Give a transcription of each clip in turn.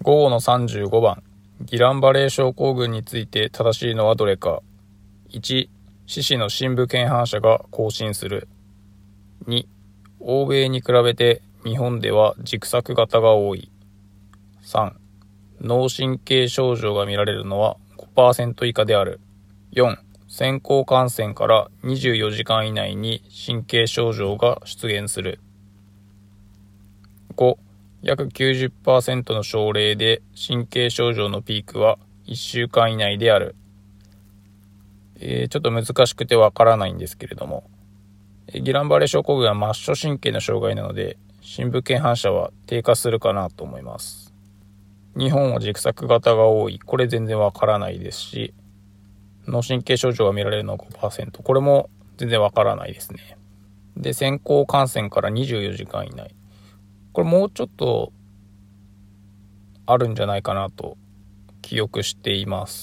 午後の35番、ギランバレー症候群について正しいのはどれか。1、四肢の深部腱反射が更新する。2、欧米に比べて日本では軸索型が多い。3、脳神経症状が見られるのは 5% 以下である。4、先行感染から24時間以内に神経症状が出現する。5、約 90% の症例で神経症状のピークは1週間以内である。ちょっと難しくてわからないんですけれども、ギランバレー症候群は末梢神経の障害なので、深部腱反射は低下するかなと思います。日本は軸索型が多い。これ全然わからないですし、脳神経症状が見られるのは 5%。これも全然わからないですね。で、先行感染から24時間以内。これもうちょっとあるんじゃないかなと記憶しています。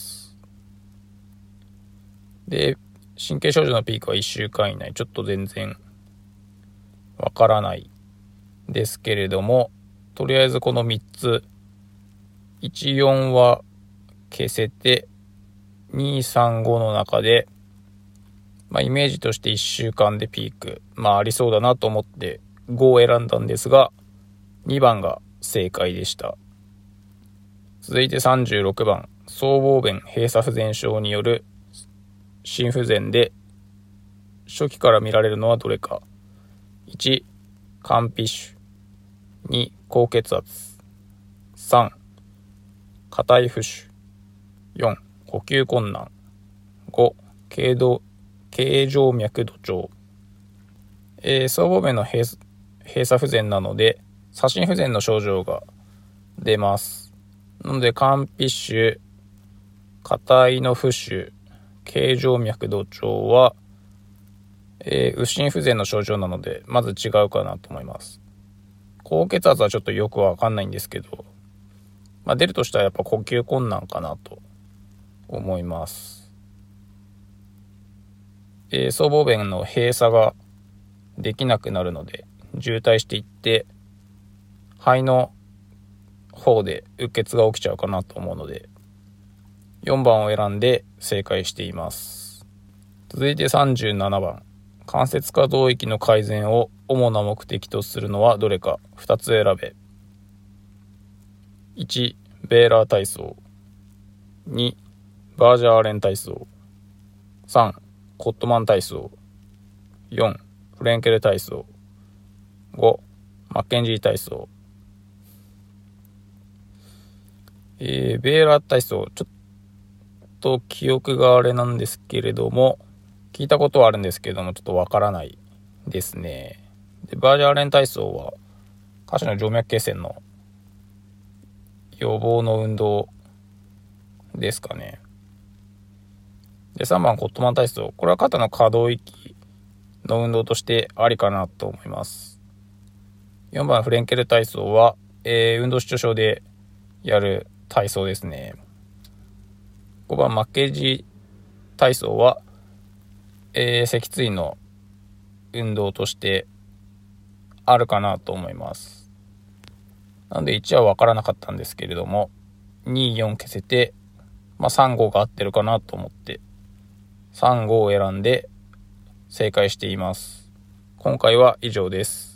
で、神経症状のピークは1週間以内。ちょっと全然わからないですけれども、とりあえずこの3つ、1、4は消せて、2、3、5の中で、イメージとして1週間でピーク、ありそうだなと思って5を選んだんですが、2番が正解でした。続いて36番、僧帽弁閉鎖不全症による心不全で初期から見られるのはどれか。1、肝皮腫。2、高血圧。3、硬い浮腫。4、呼吸困難。5、頸静脈土調。僧帽弁の閉鎖不全なので左心不全の症状が出ます。なので肝皮腫、硬いの浮腫、頸静脈土調は、右心不全の症状なのでまず違うかなと思います。高血圧はちょっとよくわかんないんですけど、出るとしたらやっぱ呼吸困難かなと思います。僧帽弁の閉鎖ができなくなるので渋滞していって肺の方でうっ血が起きちゃうかなと思うので4番を選んで正解しています。続いて37番、関節可動域の改善を主な目的とするのはどれか。2つ選べ。1、ベーラー体操。2、バージャーレン体操。3、コットマン体操。4、フレンケル体操。5、マッケンジー体操。ベーラー体操、ちょっと記憶があれなんですけれども、聞いたことはあるんですけれどもちょっとわからないですね。で、バージャーレン体操は下肢の静脈血栓の予防の運動ですかね。で、3番コットマン体操、これは肩の可動域の運動としてありかなと思います。4番フレンケル体操は、運動失調症でやる体操ですね。5番マッケンジー体操は、脊椎の運動としてあるかなと思います。なので1は分からなかったんですけれども、2、4消せて、3、5が合ってるかなと思って3、5を選んで正解しています。今回は以上です。